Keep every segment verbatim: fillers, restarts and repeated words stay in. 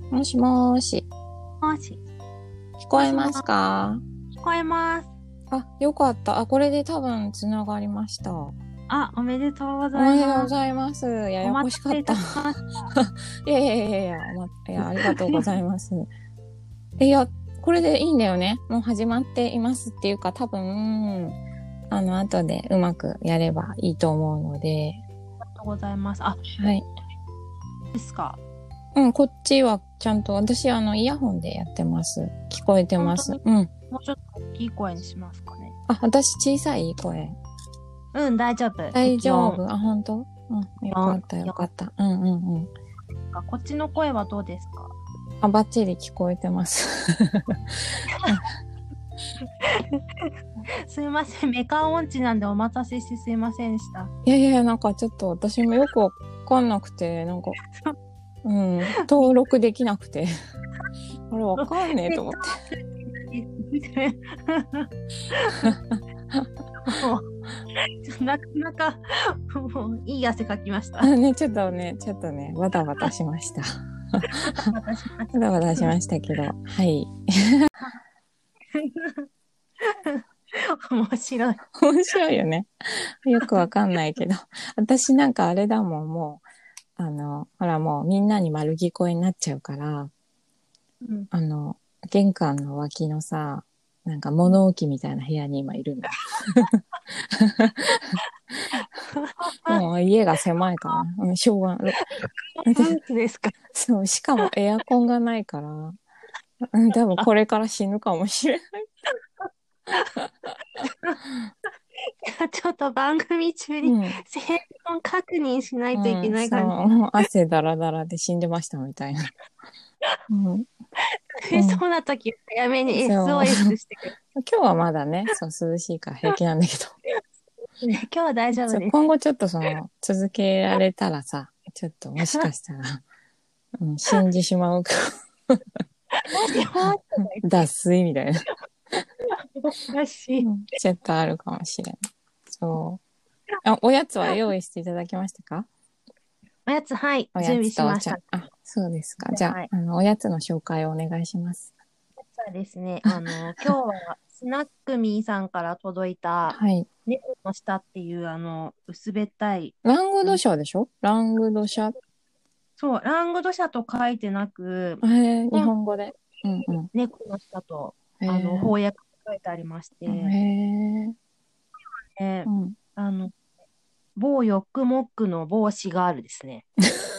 もしもーし。 もし。 聞こえますか？ 聞こえます。 あ、よかった。あ、これで多分つながりました。 あ、おめでとうごおざいます。 めでとうございます。ややこしかった。いやいやいやいや、ま、いや、ありがとうございます。いや、これでいいんだよね。もう始まっていますっていうか、多分、あの、後でうまくやればいいと思うので。 ありがとうございます。あ、 はい。 ですか。 うん、こっちはちゃんと、私あの、イヤホンでやってます。聞こえてます。うん。 もうちょっと大きい声にしますかね。 あ、私小さい声。 うん、大丈夫。 大丈夫。あ、本当？うん、よかったよかった。うんうんうん。 こっちの声はどうですか？ あ、バッチリ聞こえてます。 すいません。メカ音痴なんでお待たせしてすいませんでした。 いやいや、なんかちょっと私もよくわかんなくて、なんか、うん、登録できなくて。あれわかんねえと思って。 もうなかなかもういい汗かきました。 ね、ちょっとね、ちょっとね、バタバタしました。バタバタしましたけど、はい。 面白い。 面白いよね。よくわかんないけど。私なんかあれだもん、もう、あの、ほらもうみんなに丸聞こえになっちゃうから、 うん、 あの、玄関の脇のさ、なんか物置みたいな部屋に今いるの。もう家が狭いから、うん、しょうがない。 何ですか？ そう、しかもエアコンがないから、うん、多分これから死ぬかもしれない。 ちょっと番組中に生存確認しないといけない感じ。 うんうん、汗だらだらで死んでましたみたいな。うん、 そうな時早めに エスオーエス してくる。 今日はまだね、そう涼しいから平気なんだけど。 今日は大丈夫です。 今後ちょっとその続けられたらさ、ちょっともしかしたら、うん、死んでしまうか。脱水みたいな。 らしい、 うん、ちょっとあるかもしれない。そう。あ、おやつは用意していただきましたか？ おやつ、はい、 おや準備つとしました。 あ、そうですか。じゃあ、 はい、 あの、おやつの紹介をお願いします。 そうですね。あの、今日はスナックミーさんから届いた、 はい。 猫の下っていう、あの、薄べったい。 ラングドシャでしょ？ラングドシャ。 そう、ラングドシャと書いてなく、 えー、日本語で。うんうん。 猫の下と、 えー、 あの、翻訳書いてありましえて、 ー、 えうん。 あの、某ヨックモックの帽子ガールですね。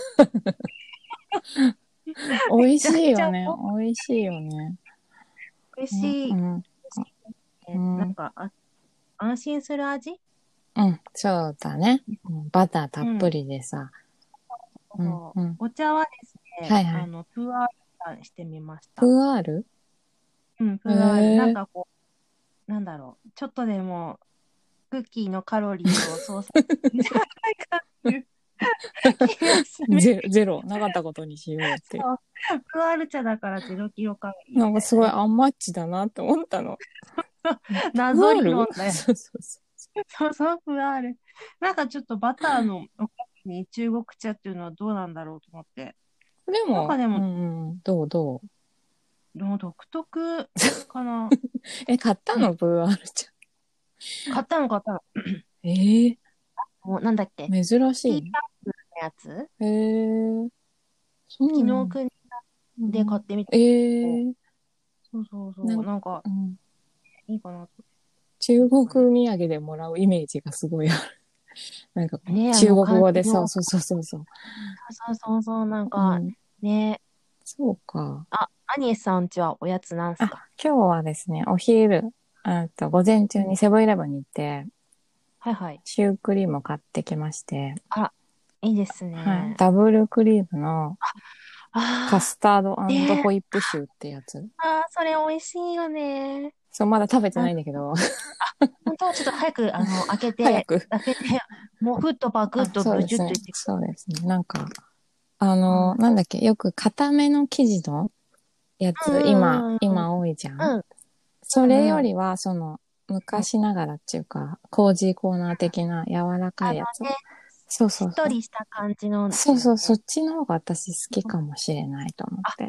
美味しいよね。美味しいよね。 美味しい。 うん。うえなんん。 かあ、安心する味。 うん。そうだね。バターたうん。 っぷりでさ。うん。うん。 お茶はですね、 はいはい。 あの、プーアールしてみましプた。 ーアール？ うん、プえーアール。なんー、 かこう、なんだろう。ちょっとでも、クッキーのカロリーを操作するんじゃないかっていう気がする。 ゼゼロ。なかったことにしようって。 そう。プーアール茶だからゼロキロカロリーなんかすごいみたいなね。 アンマッチだなって思ったの。プ謎理ーアール？ 論だよ。 そうそうそそうそう、プーアール。なんかちょっとバターのお菓子に中国茶っていうのはどうなんだろうと思って。 う。でも、 なんかでも、 うんうん、どうどう？ の独特かな。 え、買ったうん。 のプーアール茶？ 買ったの買ったの。 えー、 もうなんだっけ、 珍しいね。 ティーバッグのやつ、 えー、そうなの？ 昨日くんで買うん、 ってみたえけど、 ー、 そうそうそう、 なんか、 なんかうん、 いいかなと。 中国土なんかね、 産でもらうイメージがすごいある。なんかこう、 ね、あ中国の感語でさ、 じの、 そうそうそうそう。 そうそうそう、なんかうん、 ね、 そうか。 あ、アニエスさんちはおやつなんすあ、 か？ 今日はですね、お昼、あと午前中うん。 にセブンイレブンに行って、 はいはい。 シュークリームを買ってきまして、 あら、いいですはい、 ね。 ダブルクリームのカあスターー、ね、 ドホイップシューってやつ。 あー、それ美味しいよね。 そう、まだ食べてあ、 ないんだけど、 本当はちょっと早く、あの、開けて、 早く。 開けて、もうふっとパクッあ、 とブチュそうですね。 ッといってくだそうですね。なんか、あの、 さい。 なんだっけ、よく固めの生地のやうつ、今、 んうんうんうん。 今多いじゃん。 うんそれうんうん。 よりは、その、昔ながらっていうか、コージーコーナー的な柔らかあのいやつ。 ね、 そうしっそうそう。 とりした感じのそうそう、そだよね。 っちの方が私好きかもしれないと思っあ、 て。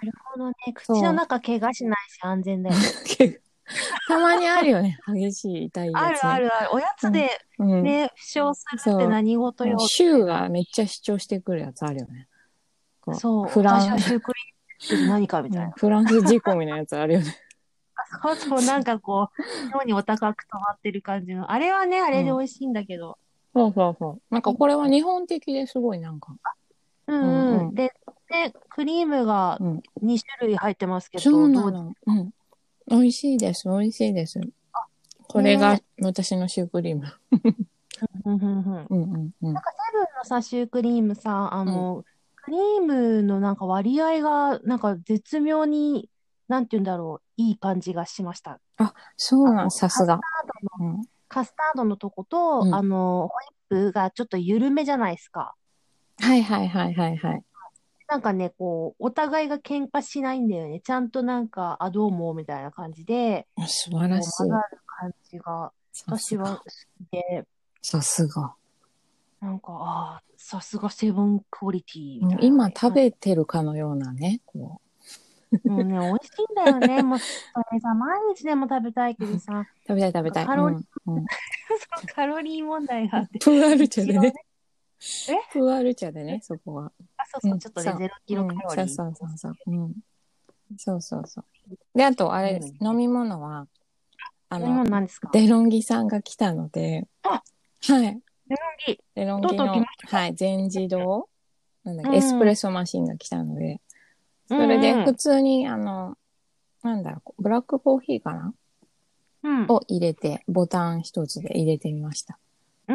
るほどね。口の中怪我しないし安全だよね。 たまにあるよね。激しい痛いやあるつね。 あるある。おやつでうん。 ね、負傷するってそう。 何事よシューみたいな。 がめっちゃ主張してくるやつあるよね。こう、 そう、 フラン、 私はシュークリームって何かみうん、 たいな。 フランス仕込みのやつあるよね。 あ、そうそう、なんかこう、妙にお高く止まってる感じの。あれはね、あれで美うん。 味しいんだけど。 そうそうそう。なんかこれは日本的ですごいなんか。 ううんうんうん。 ん。 で、で、クリームがうん。 に種類入ってますけそど、どう、 うなの。うん。美味しいです。美味しいです。これがね私のシュークリーム。 うんうんうんうん。 うんうんうん。 なんかセブンのさ、シュークリームさ、あうん。 の、クリームのなんか割合が、なんか絶妙に、なんて言うんだろう、いい感じがしました。 あ、そうなん、 あの、カスタさすが。 ードの、 うん。 カスタードのとこと、あうん。 の、ホイップがちょっと緩めじゃないですか。 はいはいはいはいはい。 なんかね、こう、お互いが喧嘩しないんだよね。ちゃんとなんか、あ、どうも、みたいな感じで、 素晴らこう、 しい。 混ざる感じが、 さす私は好が。 きで、 さすが。 なんか、ああ、さすがセブンクオリティみもうたいなね。 今食べてるかのようなね、こもうね、美味しいんだよね。もう、それさ、毎日でも食べたいけどう。 さ、 食べたい食なんべたい。 かカロリー、 うん。うん。 そうカロリー問題があって、 プーアル茶でね。 一応ね、えプーアル茶でね、そこは。 あ、そうそう、 うん。 ちょっとね、 そう。 ゼロキロカうん。そうロリそうそうそう。うん。そうそうそう。 ー。 で、あと、あれです。 うん。 飲み物は、あ飲みの、 物何ですか？ デロンギさんが来たので、 あ、 はい。 デロンギ。 デロンとうとう来まギの、 したか？ はい、全自動、なんだっけ、エスプうん。うんレッソマシンが来たので、 うそれで普ん通に、あの、なんだろう、ブラックコーヒーかなうん。 を入れて、ボタン一つで入れてみました。 うん。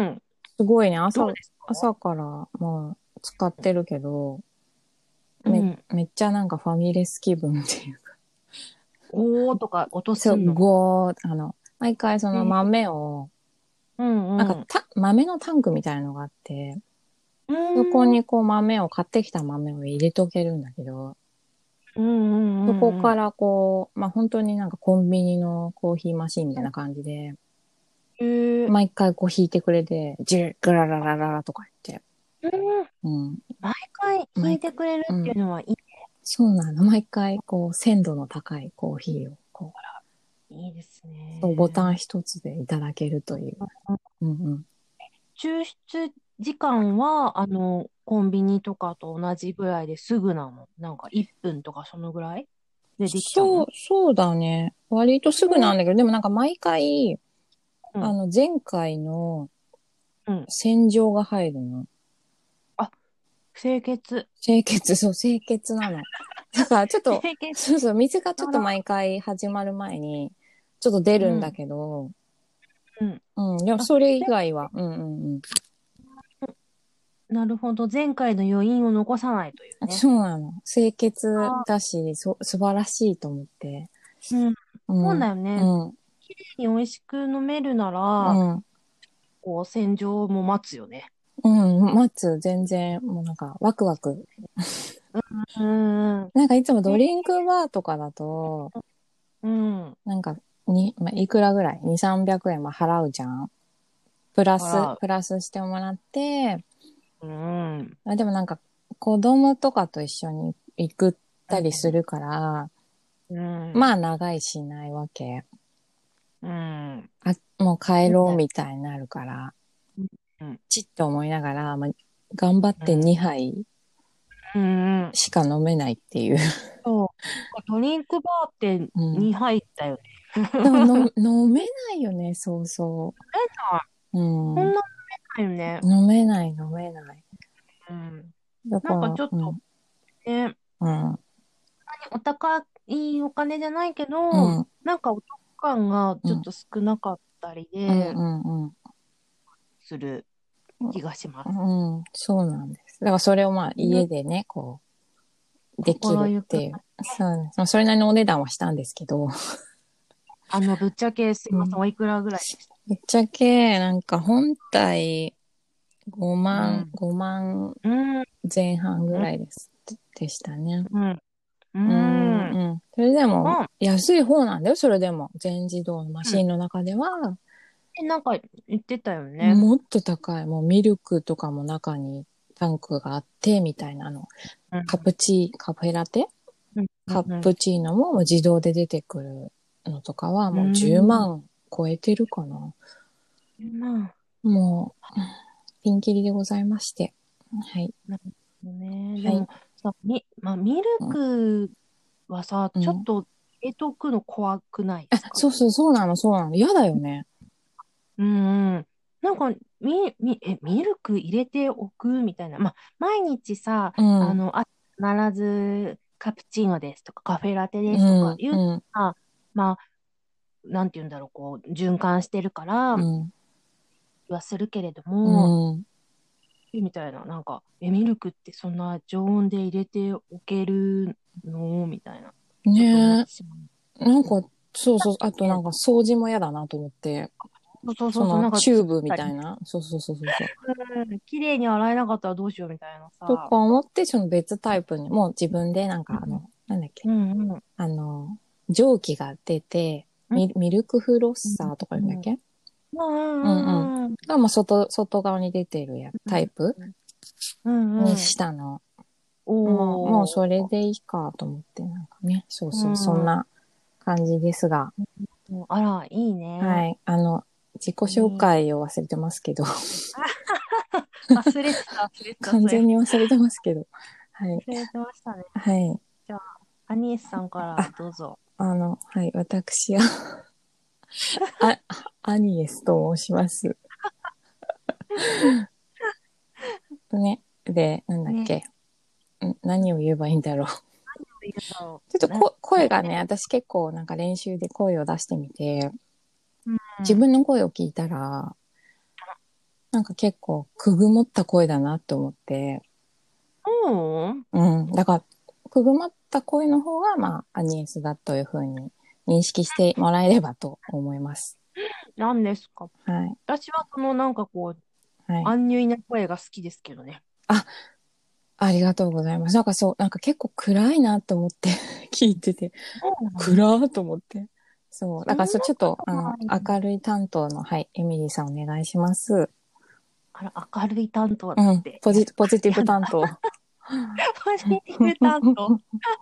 うん。 すごいね、朝、 どうですか？ 朝からもう使ってるけど、め、 うん。 めっちゃなんかファミレス気分っていうか、 おーとか音そう、 すんの？ ごー、あの、毎回そのえー豆を、なんうんうん。 かた、豆のタンクみたいなのがあって、 うそこーん。 にこう豆を買ってきた豆を入れとけるんだけど、 うんうんそこうんうん。 からこう、まあ本当になんかコンビニのコーヒーマシンみたいな感じで、 えー、 毎回こう弾いてくれて、ジュッ、グラララララとか言って、 うん。 うん、 毎回弾いて毎回、 くれるっていうん、 うのはいそうなの。毎回こう鮮度の高いコーヒーをこい、いいですう、そうボタンね。 一つでいただけるという。うんうん。 抽出時間は、あの、コンビニとかと同じぐらいですぐなの？なんかいっぷんとかそのぐらいでできちゃうそう、 の？ そうだね。割とすぐうんなんだけど、でもなんか毎回、 うん。 あの前回のうん。 洗浄が入るの。 あ、清潔。 清潔、そう、清潔なの。だからちょっと、 清潔。 そうそう、水がちょっとあら、 毎回始まる前に、ちょっと出るんだうん。 けど、 うん。 うん、でもあ、 それ以で、 外は、うんうんうん。 なるほど。前回の余韻を残さないというね。 そうなの。清潔あ、 だし、そ、素晴らしいと思って。 うん。そううん、 だよね。 うん、 綺麗に美味しく飲めるなうら、 ん、 こう、洗浄も待つよね。 うん、待つ、全然、もうなんか、ワクワク。 うんうん。 なんかいつもドね、 リンクバーとかだと、 うん。 なんか、に、まあ、いくらぐらい？ に、さんびゃくえんも払うじゃん。プラス、 あら、 プラスしてもらって、 うん。うん。 あ、でもなんか、子供とかと一緒に行くったりするから、 うん。 まあ長いしないわけ。 うん。 あ、もう帰ろうね。 みたいになるから、 うん。 ちっと思いながら、まあ、頑張ってうん。 にはいうん。うん。 しか飲めないっていう。 そう。ドリンクバーってうん。 に入ったよね。 でもの飲めないよね、そうそえな、 う。うん。 そんなないよね。 飲めない、飲めない。 うん。なんかだから、うん、 ちょっとね、 うん、 お高いお金じゃないけうど、 ん、 なんかお得感がうん、 ちょっと少なかったりうん、 で、 うん、うん。 する気がします。 うん、そうなんです。だからそれをまあね、 家でね、こう、でき心ゆく。 るっていう。そうね。まあそれなりのお値段はしたんですけど。 あの、ぶっちゃけすいません。 うん。 おいくらぐらいでした？ ぶっちゃけ、なんか本体5万、 うん。 ごまんうん。 前半ぐうん。 らいです。でしたね。 うん。ううん、 ん。 うん。それでも、 まあ、 安い方なんだよ、それでも。全自動のマうん。 シンの中では、 え、なんか言ってたよね。 もっと高い。もうミルクとかも中にタンクがあって、みたいなの。 うん。 カプチ、カフェラテカップチーノももう自動で出てくるのとかはもうじゅうまん超えてるかな。 じゅうまん。 もう、ピンキリでございまして。はい。 なるほどね。ではい。 もさ、み、まあ、ミルクはさ、 うんちょっと入れとくの怖くないであ、 すか？ そうそう、そうなの、そうなの。嫌だよね。 うんうん。なんか、み、み、え、ミルク入れておくみたいな。まあ、毎日さ、 うん。 あの、あ、必ずカプチーノですとか、カフェラテですとかうん。 言うのうん。 は、まあ、なんて言うんだろう、こう、循環してるから、 うん。 はするけれどうも、 ん。 みたいな、なんか、え、ミルクってそんな常温で入れておけるのみたいな、ちょっと思っねてしまう。 え。なんか、そうそう。あとなね、 んか掃除も嫌だなと思って。 そうそうそうそう、 そのなんか作っチューブみたり、 たいな。そうそうそうそうそう。 うん、綺麗に洗えなかったらどうしようみたいなさ。 とか思って、その別タイプに、もう自分でなんかあうんの、なんだっけ。 うんうんあの、蒸気が出て、 うんミミルクフロッうんサーとか言うんだっけ。 ううんうん。 んうんが、まあ、外、外側に出てるや、タイプにうんうん。 したの。もう、もうそれおー。 でいいかと思って、なんかね。そうそう、そんうん。 な感じですが。 あら、いいね。 はい。あの、自己紹いい。 介を忘れてますけど。 忘れてた、忘れてた、 完それ。 全に忘れてますけど。はい。 忘れてましたね。 はい。 じゃあ、アニエスさんからあ、 どうぞ。 あの、はい。私はあ、アニエスと申します。ね。で、なんだっね。 け。ん何を言えばいいんだろう。 言うと、 ちょっとな、 こ声がね、私結構なんか練習で声を出してみて、 うん。 自分の声を聞いたら、なんか結構くぐもった声だなって思って、 おー、 うん。だから、くぐもった声の方が、まあ、アニエスだというふうに認識してもらえればと思います。 何ですか？ はい。 私はそのなんかこう、 はい。 アンニュイな声が好きですけどね。 あ、ありがとうございます。なんかそう、なんか結構暗いなと思って聞いてて、 そうなの？ 暗ーと思って。そう。だからそう、 そんなちょっと、あの、 ことない。 明るい担当の、はい、エミリーさんお願いします。 あら、明るい担当っうん。 て、や、 ポジ、ポジティブやだ。 担当。 ポジティブ担当。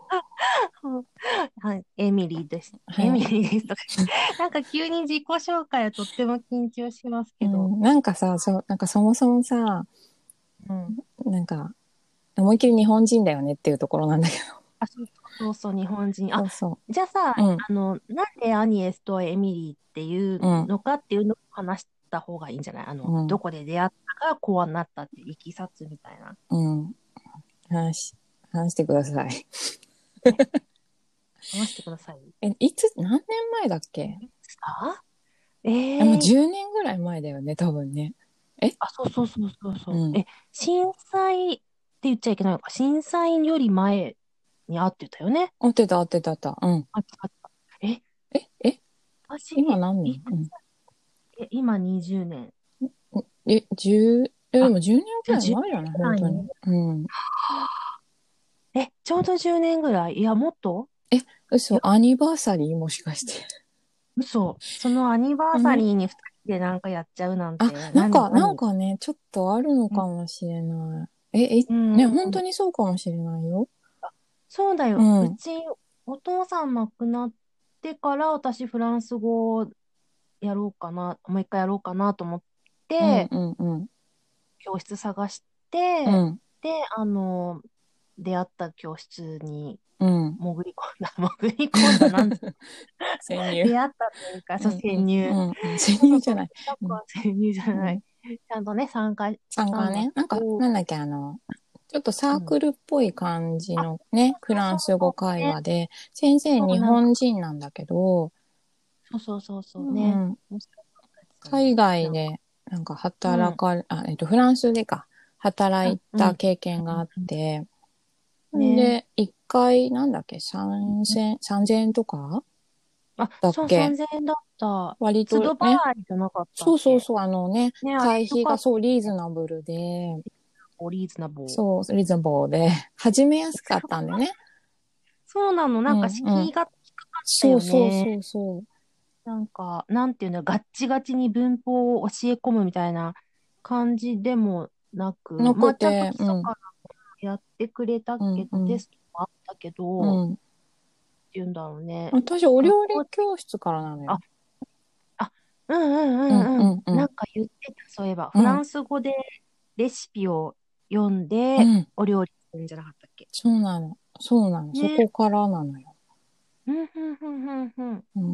はい、エミリーです。エミはい。 リーですとか。なんか急に自己紹介はとっても緊張しますけど。 うん、なんかさ、そう、なんかそもそもさ、 うん。 なんか、思いっきり日本人だよねっていうところなんだけあ、そうそうそう、日本人。 ど。 あ、 そうそじゃあさ、 う。うん、 あの、なんでアニエスとエミリーっていううん、 のかっていうのを話した方がいいんじゃない？あの、 うん、 どこで出会ったからこうなったっていういきさつみたいな。 うん。話し、話してください。 ね、話してください。 え、いつ、何年前だっけ？ あえ、もうえー、 じゅうねんぐらい前だよね、多分ね。えあ、そうそうそうそうそう。 うん。 え、震災って言っちゃいけないのか。震災より前に会ってたよね。 合ってた、合ってた、合った。うん。 あったあった。え、 え、え、 私、 今何いつ、 年うん。 え、今にじゅうねん。 え、じゅう、え、であ、 もじゅうねんくじゃあらい 10 前じゃない本当に。 年前に。 うん。 え、ちょうどじゅうねんぐらい？いや、もっと。 え、 いや、 嘘、アニバーサリーもしかして。 嘘。そのアニバーあね。 サリーにふたりでなんかやっちゃうなんあ、 て、何、 なんか、なん何？ かね、ちょっとあるのうんかもしれない。え、え、 うん、 ね、 うん。 本当にそうかもしれないよ。 そうだよ。ううん。 ち、お父さん亡くなってから私フランス語やろうかな、もう一回やろうかなと思っうん、 て、 うん、うん。 教室探して、 うん、 で、あの、出会った教室にうん。 潜り込んだ、潜り込んだ、なんつう、 潜入。 出会ったというか、そう、 うん、うん、 潜入。 うん、うん。潜そうそうそう、 入じゃない。うん、 潜入じゃない。 うん。 ちゃんとね、参加したんだけ参加ね。なんか、 ど、 なんだっけ、あの、ちょっとサーうん。 クルっぽい感じあ、 のね、フそうそうランス語そうそうね。 会話で、先生そう、 日なんか、 本人なんだけど、 そうそうそううそうね。 ん、 面白かったですね。 海外なんか、 で、なんかうん、うん、 働かれ、あ、えっと、フランスでか、働いうん、 た経験があっうん。 て、んね。 で、一回、なんだっけ、三千、三千円とかあ、そう、 だっけ？ さんぜんえんだった。 割都度とね、 払いじゃなかったっけ？ そうそうそう、あのね、 ね、あれ会よかった。 費がそうリーズナブルで、 リーズナブル。 そう、リーズナブルで、始めやすかったんでね。 そうなの、なんかうん、うん。 敷居が低かったそうよね。 そうそうそう。 なんか、なんていうの、ガッチガチに文法を教え込むみたいな感じでもなく、 なまあ、ちゃんとくて、 基礎かうん、 らやってくれたうん、 けど、テうん、 ストもあったけど、 うん。 言うんだろうね。 私、お料理教室からなのよ。 あ、あ、うんうんうんうんうん。 うんうん。 なんか言ってた、そういえば。 うん。 フランス語でレシピを読んで、 うん。 お料理するんじゃなかったっけ？ そうなの。そうなの。そね。 こからなのよ。 うん、うん、うん、うん、うん。 うん。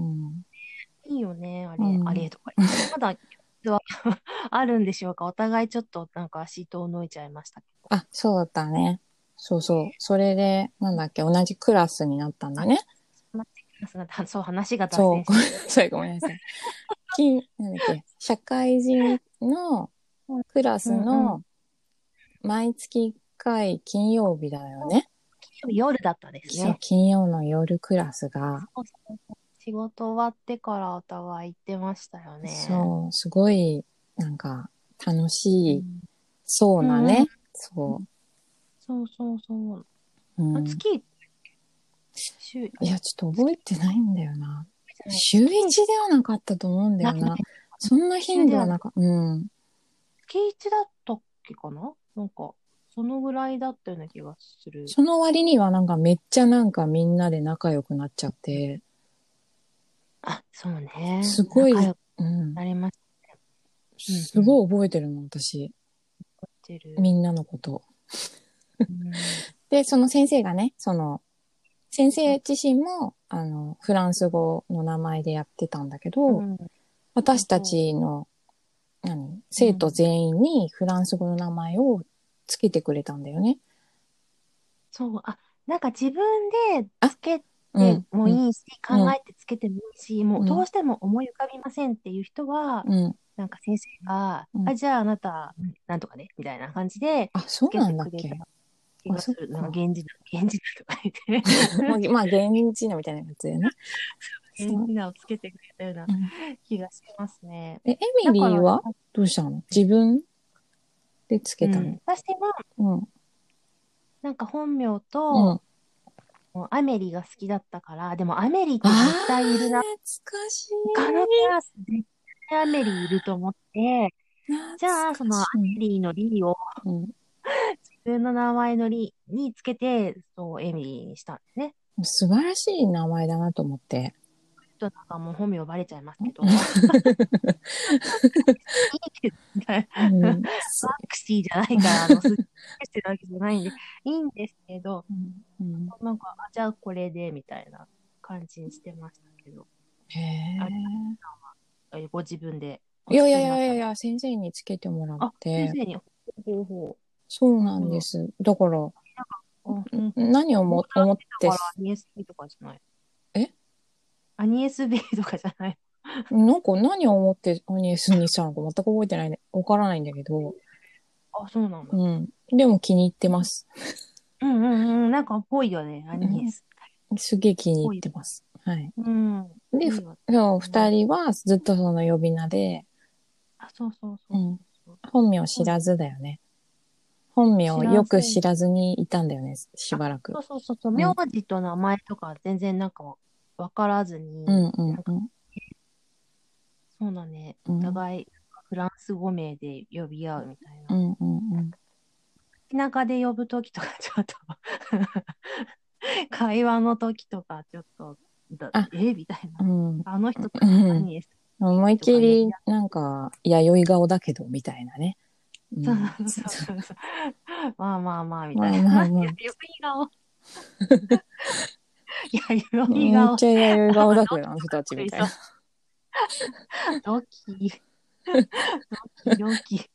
いいよね、あれ、あうん。 れとか。まだ、実はあるんでしょうか。お互いちょっとなんか足遠のいちゃいましたけど。 あ、そうだね。そうそう。それで、なんだっけ、同じクラスになったんだあ、 よね。 そう、話が脱そう。 線しちゃっそれごめんなさい。金、なんだっけ、社会人のた。うん、 クラスうんうん。 の毎月いっかい金曜日だよね。 夜だったですそう、 ね。 金曜の夜クラスが、 そうそうそう、仕事終わってからお互い行ってましたよね。 そう、すごい、なんか、楽しい、 うん。 そううんうん。 なね。そそうそうそう。 う。うあ、 ん。 月、週、あれ、 いや、ちょっと覚えてないんだよな。 じゃない、 週月一ではなかったと思うんだないね。 よな。そんな頻週ではない。 度はなかった。うん。 月一だったっけかな、なんか、そのぐらいだったような気がする。 その割にはなんかめっちゃなんかみんなで仲良くなっちゃって、 あ、そうね。 すごい、 仲良くうん。 なりましたね。うんすうん。 ごい覚えてるの、私。 覚えてる。 みんなのこと。 うん。 で、その先生がね、その、先生自身も、あの、フランス語の名前でやってたんだけど、 うん。そう私たそちの、何、 う。う生徒ん。 全員にフランス語の名前をつけてくれたんだよね。 そう。あ、なんか自分であ、 つけてうん、うん、 もいいし、考うん、 えてつけてもいいし、もううん、 どうしても思い浮かびませんっていう人は、 うん、 なんか先生が、 うん。 あ、じゃああなた、なんとかね、みたいな感じであ、そうつけなんだてくれたっけ？あ、 気がする。なんかそっか。 源氏名、源氏名とか言ってまあ、まあ、芸人チーノみたいなやつだよね。そう。 源氏名をつけてくれたようなうん。 気がしますね。 え、エミだから、 リーはどうしたの？自分でつけたの？ うん。私は、 うん、 なんか本名うん。 と、もうアメリが好きだったから、でもアメリって絶あー、 対いるな。 懐かし他のクい。 ラス絶対アメリいると思って、 懐じゃあそのアかしい。 メリのリをうん。 自分の名前のリにつけて、そう、エミリーにしたんですね。 素晴らしい名前だなと思って。 ちょっとなんかもう本名バレちゃいますけど。いいけど、みたいうな。 ん。すバクシーじゃないから、あの、すっしてるわけじゃないんで、いいんですけど、 うんうん、 なんか、あ、じゃあこれで、みたいな感じにしてましたけど。 へあ、 え。 えご自分でおいやいや作りになったの？ いやいや、先生につけてもらっあ、先て。 生に。ほうほうほそうう。なるほど。 なんです。だから、 あ、うん。 何をも僕思ってらだからアニエス B とかじゃない。 えアニエス B とかじゃない。 なんか何を思ってアニエスにしたのか全く覚えてないね。わからないんだけど。 あ、そうなんだ。 うん。でも気に入ってます。 うんうんうん。なんかぽいよね。アうん、 ニエス。 すげえ気に入っぽい。 てます。はい。 うん。 で、ふいいわ。 そう、 うん、 二人はずっとその呼び名で、 あ、そうそうそううん。 そう。 本名知そう、 らずだよね。本名をよ知らず。 く知らずにいたんだよね、しあ、 ばらく。 そうそうそうそう。名うん。 字と名前とか全然なんかわからずに、 うんうんなんか、 うん。 そうだね。おうん。 互いフランス語名で呼び合うみたいな。 うんうんうん。 田舎で呼ぶときとかちょっと会話のときとかちょっと、だ、 あ、 えみたいな。 うん。 あの人とかうん。 何です思いっとかきり、 呼び合う。 なんか、弥生顔だけど、みたいなね。うそうん。 そうそうそう。まあまあまあ、みたいまあな。 まあまあ。 弥生顔。弥生顔。 めっちゃ弥生顔あ、 だけど、あのドキド人たちみたいな。 キそう。ドキ、ドキ、ドキ。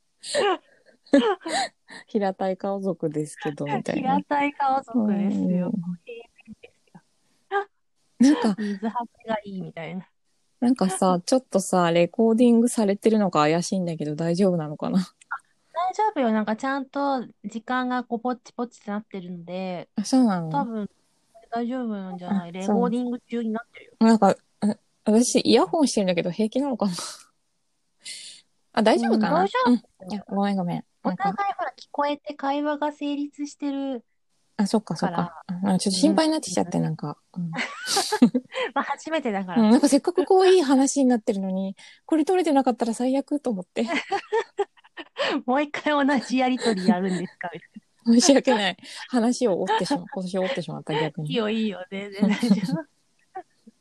平たい顔族ですけど、みたいな。 平たい顔う族ですよ。 ん。 平面ですよ。 なんか、 水はけがいいみたいな。 なんかさ、ちょっとさ、レコーディングされてるのか怪しいんだけど大丈夫なのかな？ 大丈夫よ。なんかちゃんと時間がこうポチポチってなってるので、 あ、そうなの？ 多分大丈夫なんじゃあ、 ない？レコーそう。 ディング中になってるよ。 なんか、あ、私、イヤホンしてるんだけど平気なのかな？あ、大うん、 丈夫かな？ 大丈うん。いや、 夫よ。 ごめんごめん。 おなんか、 互いほら聞こえて会話が成立してるあ、そっかそっか。 から、 あ、なんかちょっと心うん。 配になってきちゃって、なんか。うん。 まあ初めてだから。 うん、なんかせっかくこういい話になってるのに、これ取れてなかったら最悪と思って。 もう一回同じやりとりやるんですかみたいな。 申し訳ない。話を折ってしま、腰を折ってしまった逆に。 いいよいいよ、全然大丈夫。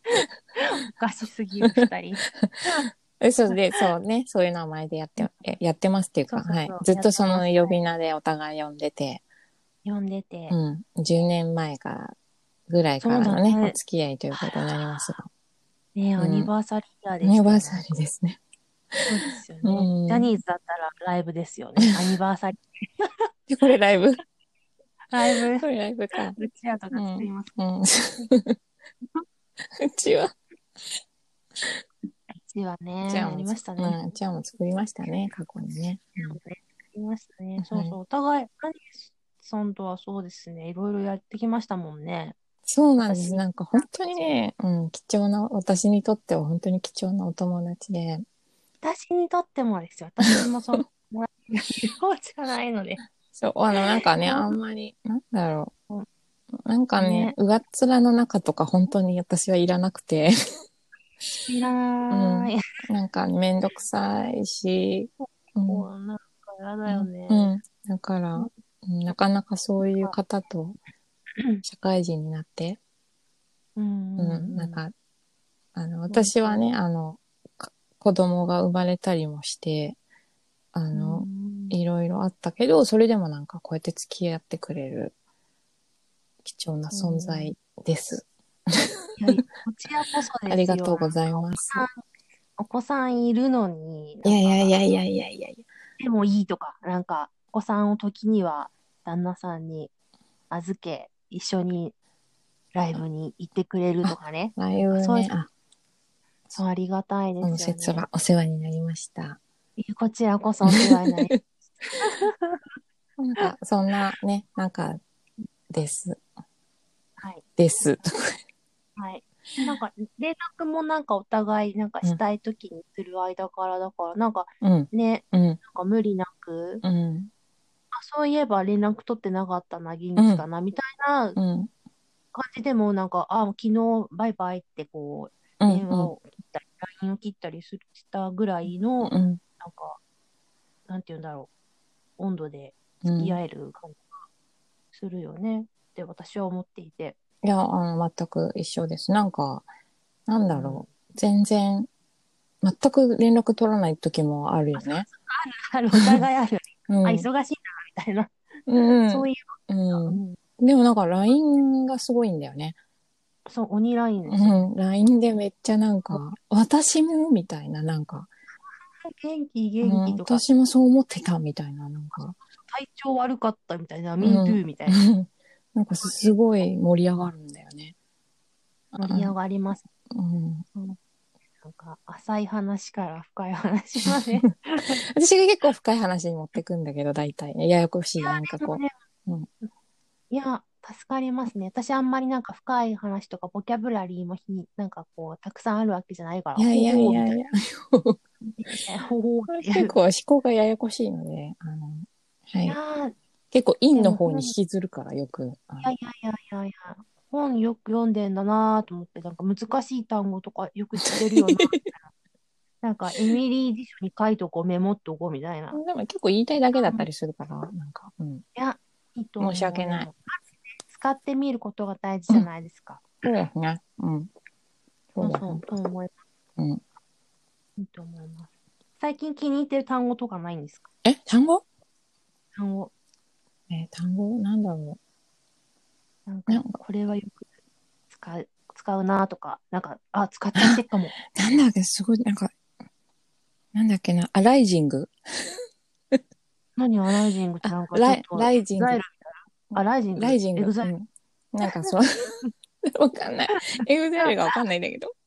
おかしすぎる二人。 えそうで、そうね、そういう名前でやって、ややってますっていうか、はい。 そうそうそう。 ずっとそのやってます。 呼び名でお互い呼んでて、 呼んでて。 うん。じゅうねんまえからぐらいそうからのね、おだね。 付き合いということになりますが。 ねえ、アニうん。 バーサリーイヤーアでしたよ、 ニバーサリなんか。 ーですね。 そうですようね。ジャん。 ニーズだったらライブですよね。アニバーサリー。 で、これライブライブ、 これライブか。 うちわとか作うん。 ります。 うん。うちは、 うちわうちね、やりはもつ、 ましたね。 うん、うちはも作りましたね、過去にね。 作りましたね。 うん。はい。 そうそう。お互い、アニさんとはそうですね。いろいろやってきましたもんね。 そうなんです。 私、 なんか本当にね、うん、貴重な、私にとっては本当に貴重なお友達で。 私にとってもですよ。私もその、もらえる方じゃないので。 そう、あの、なんかね、 もあんまり、なんだろうう。なんかね、 ね、 上っ面の中とか本当に私はいらなくて。 いらうん。 ない。 なんかめんどくさいし、うん。 こう、なんかやだうん。 よね。 うん。だから、 なんうんなかなかそういうか、 方と社会人になって、 うんうん。 うんうん。 なんか、あの、 そう私はね、 そあの、か子供が生まれたりもして、あう。うの、 ん。 いろいろあったけど、それでもなんかこうやって付き合ってくれる貴重な存そう。 在です。 いやいや、こちらこそありですよ。 がとうございなんか、お子ます。 さん、お子さんいるのに、 いやいやいなんか、 やいやいやいやいや。 でもいいとか、なんか、お子さんを時には旦那さんに預け、一緒にライブに行ってくれるとあ、 かね。 ああいなんかそういう、 うね、あ、 そうありがたいでそのすよね。 説はお世話になりました。 いやこちらこそお世話になり、 なんか、そんなね、なんか、です。 はい。 です。 はい。なんか、連絡もなんかお互いなんかうん、 したいときにする間からだから、なんかうん、 ね、 うん、 なんか無理なく、 うん、 あ、そういえば連絡取ってなかったな、元気かうん、 な、みたいなうん、 感じでも、なんか、あ、昨日バイバイってこう、 うん、 電話うん、 を切ったり、ライン を切ったりするしたぐらいの、 うん、 なんか、なんて言うんだろう、温度でうん。 付き合える感じがするよねって私は思っていて。 いや、あの、全く一緒です。なんか、なんうん。 だろう。全然、全く連絡取らない時もあるあ、そうよね。 ある、お互いある。あ、 うん、 忙しいな、みたいな。 うん、 そういううん。 うん、 でもなんか ライン がすごいんだよね。 そう、鬼ラインですよ。 うん、ライン でめっちゃなんか、私もみたいな、なんか、 元気、 うん、 元気とか、 私もそう思ってたみたいな、なんか、 体調悪かったみたいな、 う me ん、 too みたいな。 なんかすごい盛り上がるんだよね。 盛り上がります。 うん、 うん、なんか、浅い話から深い話まで。いや、 私が結構深い話に持ってくんだけど、大体、ね、ややこしい、なんかこでもね、 う。うん、 いや、助かりますね。私あんまりなんか深い話とか、ボキャブラリーもひ、なんかこう、たくさんあるわけじゃないから、 いやいやいほほうみたいやいや、 な、ほほうっていう。 結構思考がややこしいので、あの、はいやい。 ー、 結構陰での方にも本、い引きずるからよく、あの、 やいやいやいやいや、本よく読んでんだなと思って、なんか難しい単語とかよく知ってるよな。なんか、エミリー辞書に書いとこう、メモっとこうみたいな。 でも結構言いたいだけだったりするから、なんか、うん、 いや、いいと申し思う。 訳ない。 でも、使ってみることが大事じゃうん、 ないですか。 そうですね。うん、そうだ、 そうそう、 本当。 と思い、 うん。 いいと思います。最近気に入ってる単語とかないんですか？ え、単語単語。 えー単語なんだろう。ななんか、 んか、 これはよく使う、使うなとか、なんか、あ、使っちゃってあ、 っかも。 なんだっけ、すごい、なんか、なんだっけな、あ、ライジング何アライジングってあ、 なんかちょライ、 っと、 ライジング。 ザイル、あ、ライジング、 ライジング。 エグザイル。 うん。なんかそう、わかんない。エグゼルがわかんないんだけど。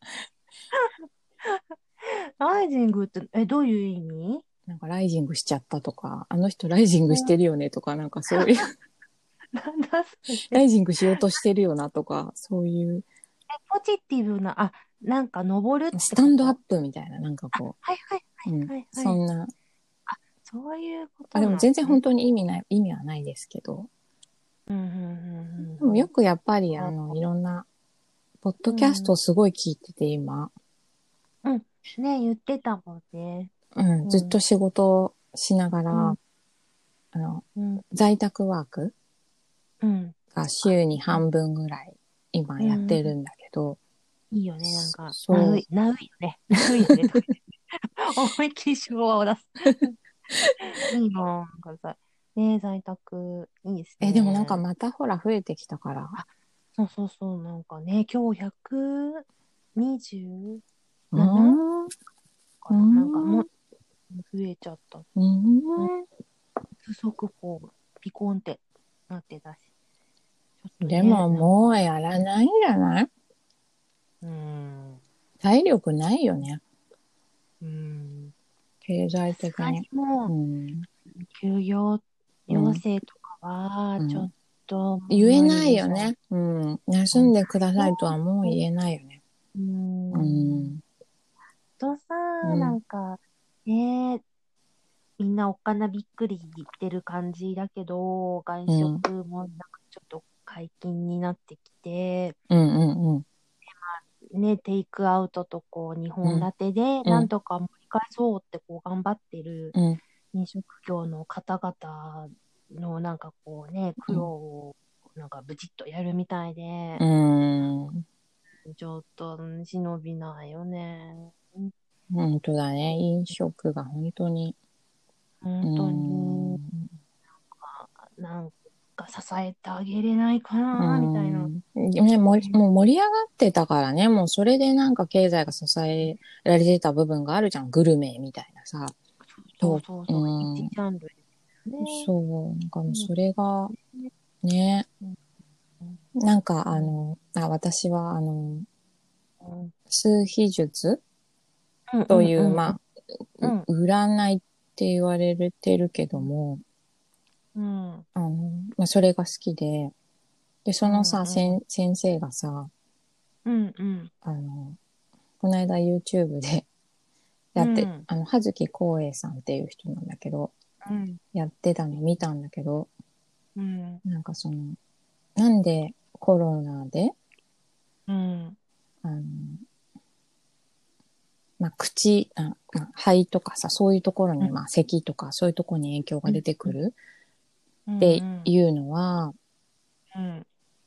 ライジングって、え、どういう意味？ なんかライジングしちゃったとか、あの人ライジングしてるよねとか、なんかそういう、 なんだそれ。 ライジングしようとしてるよなとか、そういうポジティブな、あ、なんか登るっスタンドアッてこと？ プみたいな、なんかあ、 こはいはいう、うん、 はいはいはい。 そんな、 あ、そういうこあ、 とでも全然本なんですね。 当に意味ない、意味はないですけど、 うんうんうんでもようんうん。 くやっぱりああ、 の、いろんな、ポッドキャストうん。 をすごい聞いてて今、 うん。ね、言ってたもんね。 うん、 うん。 ずっと仕事しながら、 うん。 あの、 うん。 在宅ワークうん。 が週に半分ぐらい今うん。 やってるんだけど、 いいよね、なんか、ナそう。 ウい、ナウいよね。ナウいよね、とか言って。思いっきり手話を出す。いいなぁ、なんかさ、ね、在宅、いいですえ、でもなんかね。 またほら増えてきたから。 あ、そうそうそう、なんかね、今日ひゃくにじゅうななうーん。うかな、なんかもーん。 う増えちゃった。 うーうん、 ん。 速報、ピコンってなってたし。ちょっとね、 でもなんか、 もうやらないんじゃない？ うーん、 体力ないよね。 うーん、 経済さすがに的に。うもん。 う、休業要うん。 請とかは、ちょっうん。 と無理言えないでしょよね。うん。休う。 んでくださいとはもう言えないよね。 うーうん。 ん。 とさ、 うん。 なんか、ね、みんなおっかなびっくり言ってる感じだけど、外うん。 食もなんかちょっと解禁になってきて、 うん。うん。 ね、テイクアウトとこう、にほんうん。 立てで、 うん。 なんとか盛り返そうってこう、頑張ってるうん。 飲食業の方々のなんかこうね、苦労をなんかブチッとやるみたいで、 うん。うん。 ちょっとうん忍びないよね。 本当だね。飲食が本当に。う本当に、 ん。 なんか支えてあげれないかうな、みたいな。 ん。ね、もり、もう盛り上がってたからね。もうそれでなんか経済が支えられてた部分があるじゃん。グルメみたいなさ。 そうと、うそうそう、一ジん。 ャンルですね。 そう。なんかもううんそれが、ね。 うんなんかあうんの、あ、私はあの、 うん数秘術うんうという、 んうんまあ、 うんう占いって言われてるけども、 うんあの、まあ、それが好きで、で、そのさ、 うんうん先、先生がさ、 うんうんあの、この間 YouTube でやって、 うんあの、葉月光栄さんっていう人なんだけど、 うんやってたの見たんだけど、 うんなんかその、なんでコロナで、 うんあの、まあ、口、あ、まあ、肺とかさ、そういうところに、まあ、咳とかそういうところに影響が出てくるっていうのは、 うん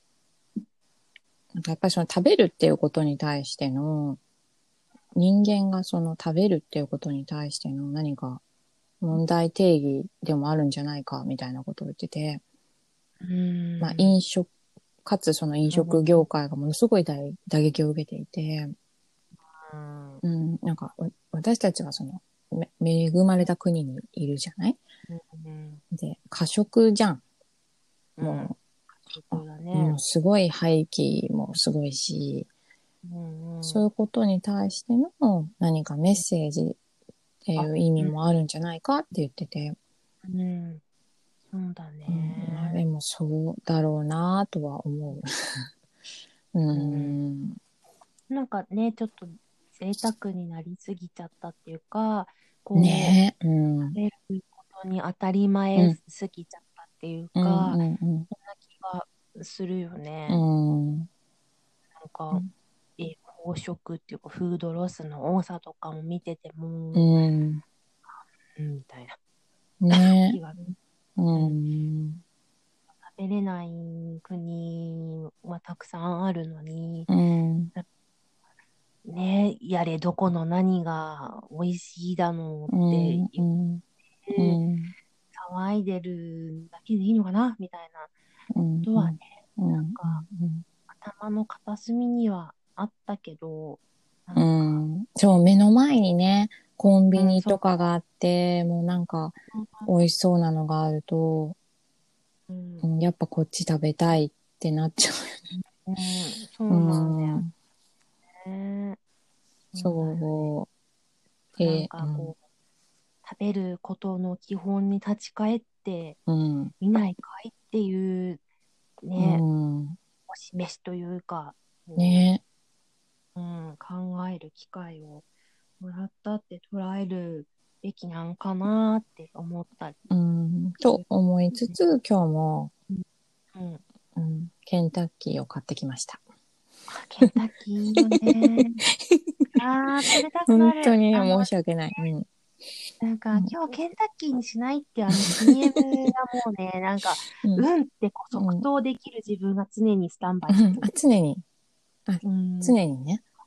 なんかやっぱりその食べるっていうことに対しての、人間がその食べるっていうことに対しての何か問題定義でもあるんじゃないかみたいなことを言ってて、まあ飲食、かつその飲食業界がものすごい打打撃を受けていて、うん、なんか私たちはそのめ恵まれた国にいるじゃない？で、過食じゃん。もう、あそうだね。 もうすごい廃棄もすごいし、 うんうんそういうことに対しての何かメッセージっていあ、 う意味うんもあるんじゃないかって言ってて、 うんそうだうん、まあでね。 もそうだろうなとは思う。ううん、 ん。 なんかね、ちょっと贅沢になりすぎちゃったっていうか、こねえ、うう、 ん。 食べることに当たり前うん、 すぎちゃったっていううん、 か、 うん、うん。 そんな気がするようね。 ん。 なんか、え、飽食っていうか、フードロスの多さとかも見ててうも、 ん。 うん、みたいなね気が、 え、ううん、 ん。 食べれない国はたくさんあるのに、 うん。 ね、やれどこの何が美味しいだのうってん。う言っん。うてん。 騒いでるだけでいいのかなみたいなこうん。 とはね、 うん。 なんか頭の片隅にはあったけど、なうんか、 ん。そう、目の前にね、コンビうん、 ニそう、 とかがあって、もうなんか、美味しそうなのがあると、 うん、 うん、やっぱこっち食べたいってなっちゃうん、そう。ううなんだよん。 ね。そうだよね。 そう。 なんで、うん。 かこう、食べることの基本に立ち返ってうん。 みないかいっていううね、 ん。 お示しというか、こね。 う、うん、考える機会をもらったって捉えるべきなんかなって思ったりうん。 する。 と思いつつ、今日も、 うん。 うん、ケンタッキーを買ってきました。 あ、ケンタッキーいいよね。ああ、食べたくなる。 本当にあの、 申し訳ない。うん。 なんか、 うん。 今日ケンタッキーにしないってあの シーエム がもうね、なんか、 うん。 うんってこう即うん。 答できる自分が常にスタンバイしてあ、 る。 常に。あ、 うん。 常にね。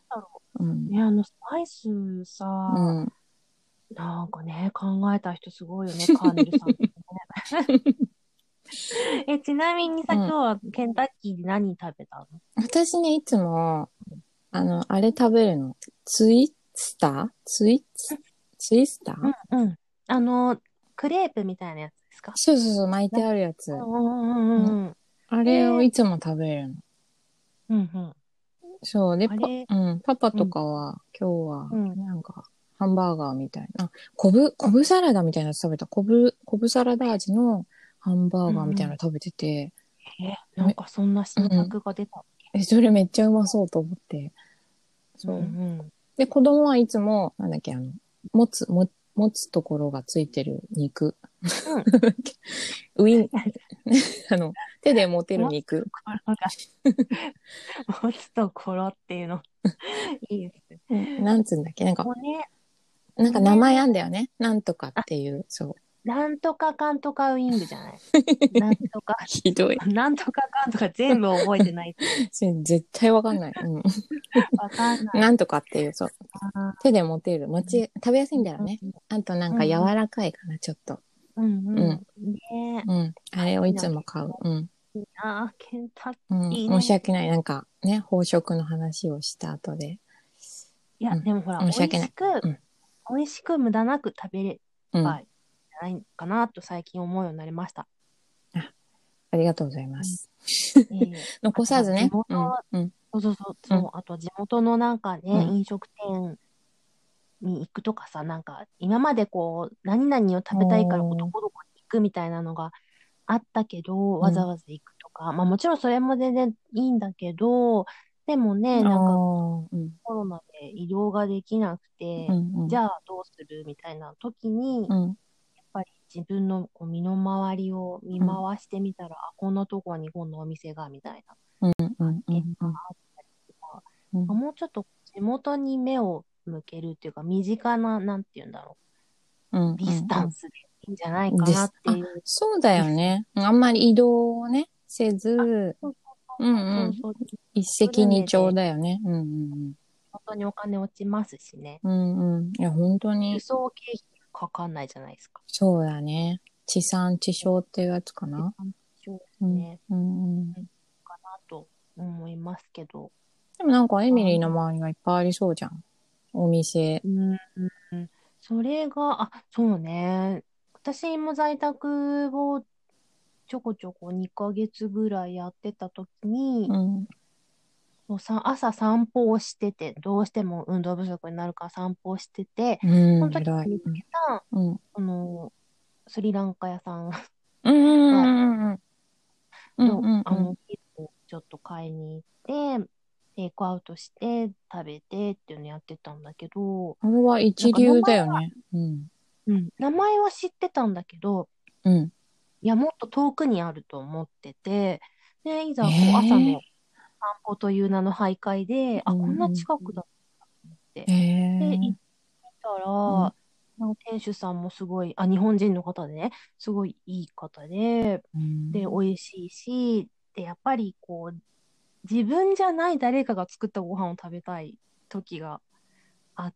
うん。 ね、あの、スパイスうさ、 ん。 なんかね、考えた人すごいよね、カーネルさんってね。え、ちなみにさ、 うん。 今日はケンタッキーで何食べたの？ 私ね、いつも、あの、あれ食べるの。ツイスターツイツ、ツイスターうんうん。あの、クレープみたいなやつですか？ そうそうそう、巻いなてあるやつ。 うんうんううん。 んうん。 あれをえー、 いつも食べるの。 うんうん。 そう。で、パ、 あれ、 うん、パパとうんかは、今日は、 うん。 なんか、ハンバーガーみたいな。あ、コブ、コブサラダみたいなやつ食べた。コブ、コブサラダ味のハンバーガーみたいなうんうん。 の食べてて、 え、なんめ、 かそんな新うん。 作が出た。 え、それめっちゃうまそうと思って。 うんそう。 うん。 で、子供はいつも、なんだっけ、あの、持つ、も、持つところがついてる肉。 うん。 ウィン、あの、手で持てる持つ肉。 ところが、持つところっていうの、いいですね。 うん、なんつうんだっけ、なんか、 骨、 なんか名前骨の、 あんだよね。なんとかっあ、 ていう、そなんとかかんとかウィングじゃない？なんとか、 う。ひどい。 なんとかかんとか全部覚えてない。 絶対わかんない。うん。 わかんない。 なんとかっていう、そう。 あ手で持てる。持ち、食べやすいんだよー、 ね。あとなんか柔うんうんらかいかな、ちょっと。 うんうん。 うん。ねえ。 うん。あれをいいいな、ケンつも買う。 タッうん。 キーな。ケンタッうん。 キーね。 申し訳ない。なんかね、飽食の話をした後で。 いや、 うん。 でもほら、美味申し訳ない。 しく、 うん。 美味しく無駄なく食べれうん。 ばいいんじゃないかなと最近思うようになりました。 あ、ありがとうございうん。 ます。 ええ、あとさ、地残さずね。 元、 うん。うん。 そうそうそう、 うん。 そう、あと地元のなんかね、 うん。 飲食店に行くとかさ、なんか今までこう、何々を食べたいからこうどおー。 こどこに行くみたいなのがあったけど、わざうん。 わざ行くとか、まあもちろんそれも全然いいんだけど、でもね、 あなんかー。うん。 コロナで移動ができなくて、 うん。うん。 じゃあどうするみたいな時に、やっうん。 ぱり自分のこう身の回りを見うん。 回してみたら、あ、こんなとこにこんなお店がみたいなうん。うん。う発見がん。 あったりとか、 うん。 もうちょっと地元に目を向けるっていうか、身近な、なんていうんだろうん。 う、ディスうん。うんタンスでいいんじゃないかです。 なってあ、 いう。 そうだよね。あんまり移動をね、せあ、 ず、 そううんうん。 そうそうそうそう、 一グル石二鳥メでだよね。うんうん本当にお金落ちますしね。 うん。うんうん。いや、本当輸に、 送経費かかんないじゃないですか。 そうだね。地産地消っていうやつかな。 そうでうん。 すね。 うんうん。 うん、かなと思いますけど。 でもなんかエミあ、 リーの周りがいっぱいありそうじゃん。お店。 うん、うん、それが、あ、そうね。私も在宅をちょこちょこにかげつぐらいやってた時に、 うん。 もうさ、朝散歩をしてて、どうしても運動不足になるから散歩をしてて、そのうん、偉い。 時に見つうん。 けた、 うん。 あの、スリランカ屋さんうんが、 うんうん。うんど、 うんうん。 あの、結構ちょっと買いに行って、テイクアウトして食べてっていうのやってたんだけど、 あれはなん一流だか名前は、 よね。うん。 うん、名前は知ってたんだけど、 うん。 いや、もっと遠くにあると思ってて、で、いざこう朝のええ散歩という名の徘徊で、 ー。うあ、こんなん近くだと思って。 うん。 で、 ええ行ったー。うん。 ら、なんか店主さんもすごい、あ、日本人の方でね、すごいいい方で、 うで、 ん。 美味しいし、で、やっぱりこう、自分じゃない誰かが作ったご飯を食べたい時があって、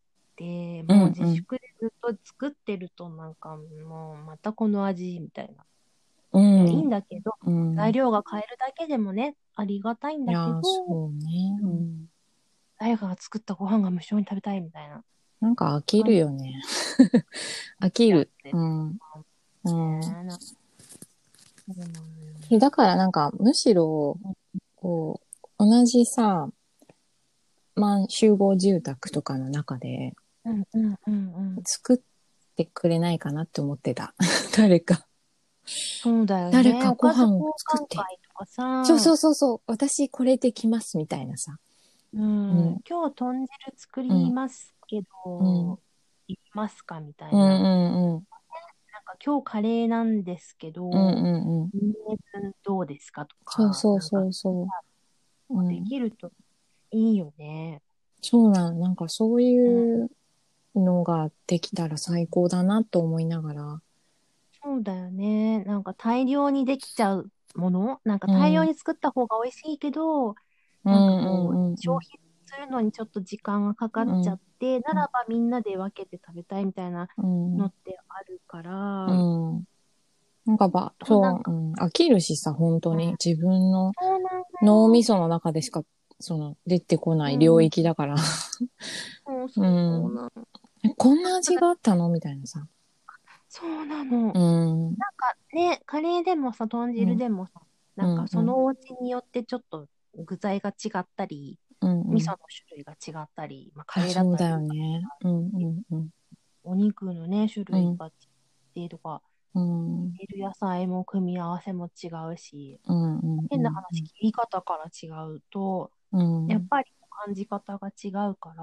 もう自うんうん。 粛でずっと作ってるとなんかもうまたこの味みたいな。 ういや、いいん。 んだけど、 うん。 材料が買えるだけでもね、ありがたいんだけど、 いやー、そうね。 うん、 うん。 誰かが作ったご飯が無性に食べたいみたいななんか飽き感じるよね。 になっ飽きる。 ちゃって。 うん。うん。 ね、な、そうなのよ。 えだからなんか、むしろ、こう、同じさ、まあ、集合住宅とかの中でうんうんうんうん。 作ってくれないかなって思ってた。誰か。 そうだよね。 誰かおかずご飯を交換作って。 会とかさ、 そうそうそうそう。私これできますみたいなさ。 うん、 うん。 今日豚汁作うん。 りますけうん。 ど、いりますかみたうんいな。 うんうん。 なんか今日カレーなんですけうんど、 うんうん。 ニンニクどうですかとか、 そうそうなんかそうそう。うでん。 きるといいよね。 そうなの。なんかそううん、 いうのができたら最高だなと思いながら。 そうだよね。なんか大量にできちゃうもの、なんかうん。うん大量に作った方が美味しいけど、 うなんかこう、 んうんうん。 消費するのにちょっと時間がかかっちゃって、うん、ならばみんなで分けて食べたいみたいなのってあるから、 うんうん、なんかば、そう、うん、飽きるしさ、本当に。自分の脳みその中でしか、その、出てこない領域だから。 うん、そうそうなの。 こんな味があったのみたいなさ。 そうなの。 うん。 なんかね、カレーでもさ、豚汁でもさ、うん、なんかそのお家によってちょっと具材が違ったり、うんうん、味噌の種類が違ったり、まあ、カレーだったら、 そうだよね。うんうんうん。 お肉のね、種類が違ってとか、 うん、 入れる野菜も組み合わせも違うし、 うんうんうん、 変な話、切り方から違うと、うん、やっぱり感じ方が違うから、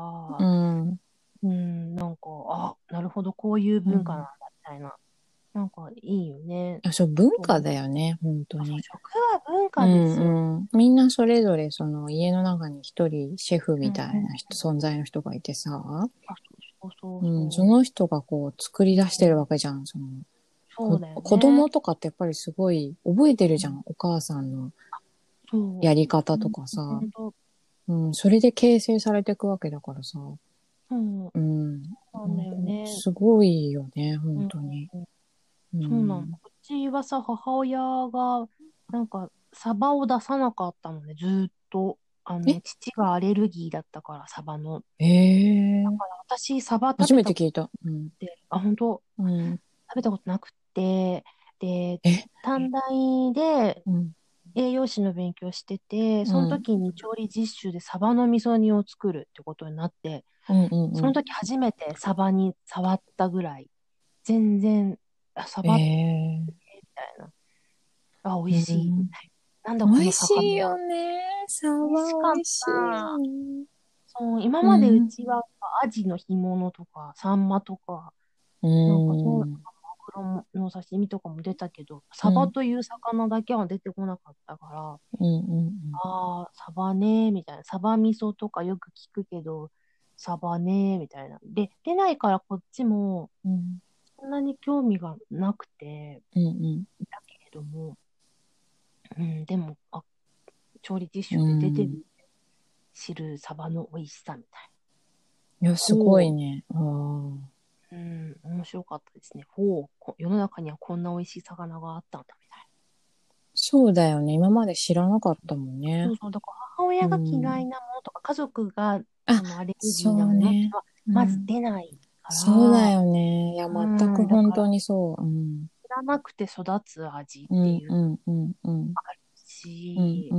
うん、うん、なんか、あ、なるほど、こういう文化なんだ、みたいな。なんかいいよね。 あ、そう、文化だよね、本当に。 食は文化ですよ。 うんうん、みんなそれぞれ、その、家の中に一人シェフみたいな人、うん、存在の人がいてさ、あ、そうそうそう、うん、その人がこう、作り出してるわけじゃん、その、 そうだよね、 子供とかってやっぱりすごい覚えてるじゃん、うん、お母さんのやり方とかさ、うん、それで形成されていくわけだからさ、 うん、 うん、 そうだよね。 すごいよね、本当に。 うんうん、そうなの。うちはさ、母親が、なんか、サバを出さなかったのね、ずーっと。あの、父がアレルギーだったから、サバの。 へえ。 だから私、サバ食初めべたて聞いた。 うん、で、あ、本当、うん、食べたことなくて、で、短大で栄養士の勉強してて、うん、その時に調理実習でサバの味噌煮を作るってことになって、うんうんうん、その時初めてサバに触ったぐらい、全然、あ、サバって、みたいな。あ、美味しい、みたいな。なんだこの魚。美味しいよね。サバ美味しいよね。 そう、今までうちはアジの干物とか、サンマとか、うん、なんかそう、マグロの刺身とかも出たけど、サバという魚だけは出てこなかったから、うんうんうん、ああ、サバね、みたいな。サバ味噌とかよく聞くけど、サバね、みたいな。で、出ないからこっちも、そんなに興味がなくて、うんうん、だけれども、うん、でも、あ、調理実習で出てみて、知るサバの美味しさみたいな。いや、すごいね。あ、 うん、面白かったですね。ほう、世の中にはこんな美味しい魚があったんだみたいな。 そうだよね。今まで知らなかったもんね。 そうそう。だから母親が嫌いなものとか、うん、家族がそのアレルギーなものはまず出ないから。 そうだよね。いや、全く本当にそう。うん、 知らなくて育つ味っていうのがあるし、